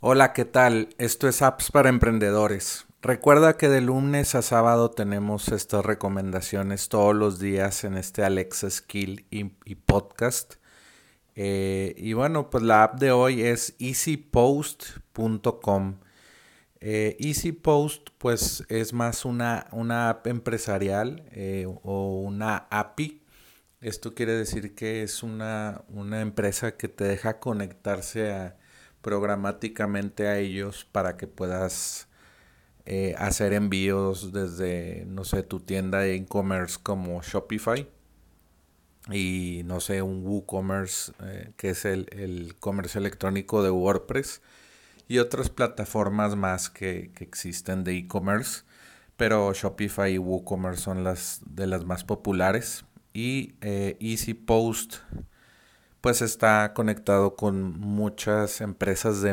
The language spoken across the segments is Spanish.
Hola, ¿qué tal? Esto es Apps para Emprendedores. Recuerda que de lunes a sábado tenemos estas recomendaciones todos los días en este Alexa Skill y podcast. Y bueno, pues la app de hoy es easypost.com. EasyPost pues es más una app empresarial o una API. Esto quiere decir que es una empresa que te deja conectarse programáticamente a ellos para que puedas hacer envíos desde, no sé, tu tienda de e-commerce como Shopify y, no sé, un WooCommerce, que es el comercio electrónico de WordPress y otras plataformas más que existen de e-commerce, pero Shopify y WooCommerce son las de las más populares. Y EasyPost pues está conectado con muchas empresas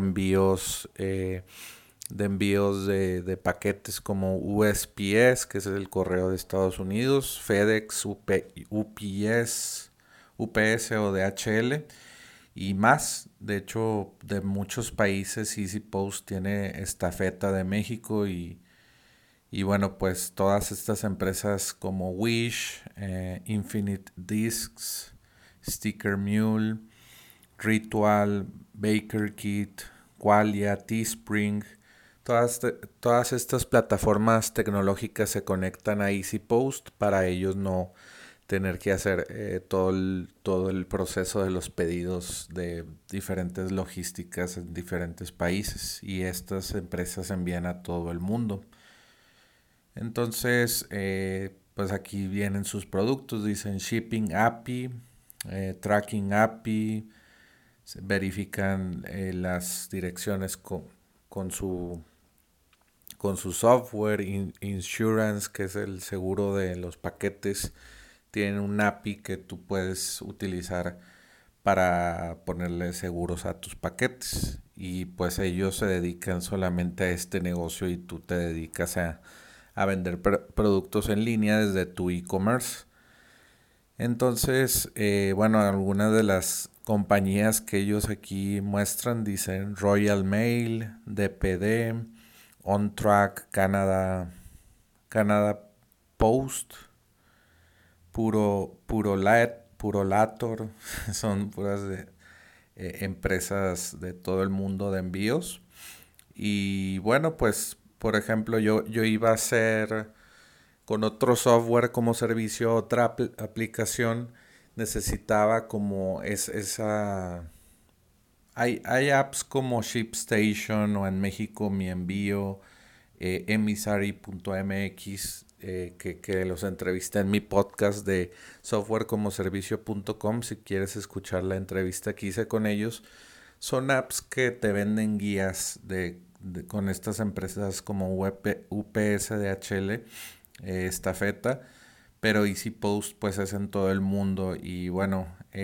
de envíos de paquetes como USPS, que es el correo de Estados Unidos, FedEx, UPS, UPS o DHL y más. De hecho, de muchos países, EasyPost tiene estafeta de México y bueno, pues todas estas empresas como Wish, Infinite Discs, Sticker Mule, Ritual, BakerKit, Qualia, Teespring, todas estas plataformas tecnológicas se conectan a EasyPost para ellos no tener que hacer todo el proceso de los pedidos de diferentes logísticas en diferentes países y estas empresas envían a todo el mundo. Entonces, pues aquí vienen sus productos, dicen Shipping API, Tracking API, se verifican las direcciones con su, con su software, Insurance, que es el seguro de los paquetes, tienen un API que tú puedes utilizar para ponerle seguros a tus paquetes y pues ellos se dedican solamente a este negocio y tú te dedicas a vender productos en línea desde tu e-commerce. Entonces, bueno, algunas de las compañías que ellos aquí muestran dicen Royal Mail, DPD, OnTrack, Canada Post, Purolator, son puras empresas de todo el mundo de envíos. Y bueno, pues, por ejemplo, yo iba a hacer con otro software como servicio, otra aplicación, necesitaba como esa... Hay apps como ShipStation o en México Mi Envío, emisary.mx, que los entrevisté en mi podcast de softwarecomoservicio.com. Si quieres escuchar la entrevista que hice con ellos, son apps que te venden guías con estas empresas como UPS, DHL, Estafeta, pero EasyPost pues es en todo el mundo y bueno,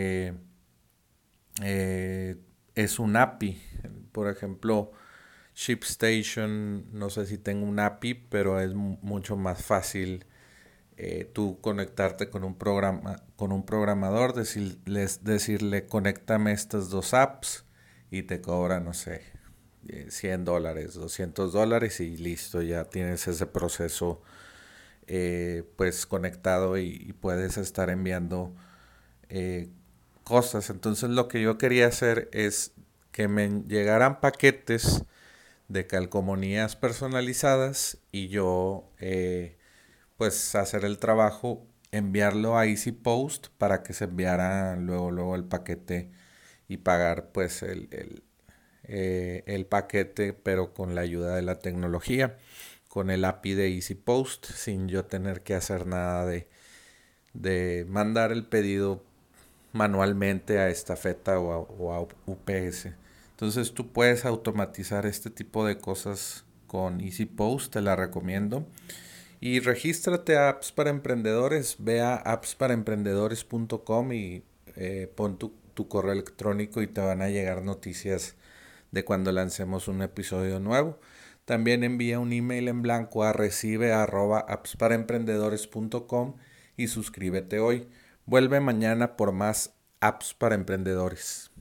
eh, es un API. Por ejemplo, ShipStation, no sé si tengo un API, pero es mucho más fácil tú conectarte con un programador, decirle conéctame estas dos apps y te cobra, no sé, $100, $200 y listo, ya tienes ese proceso pues conectado y puedes estar enviando eh, cosas. Entonces lo que yo quería hacer es que me llegaran paquetes de calcomanías personalizadas y yo pues hacer el trabajo, enviarlo a EasyPost para que se enviara luego el paquete y pagar pues el paquete, pero con la ayuda de la tecnología, con el API de EasyPost, sin yo tener que hacer nada de mandar el pedido manualmente a Estafeta o a UPS. Entonces tú puedes automatizar este tipo de cosas con EasyPost, te la recomiendo. Y regístrate a Apps para Emprendedores, ve a appsparaemprendedores.com y pon tu correo electrónico y te van a llegar noticias de cuando lancemos un episodio nuevo. También envía un email en blanco a recibe@appsparaemprendedores.com y suscríbete hoy. Vuelve mañana por más Apps para Emprendedores.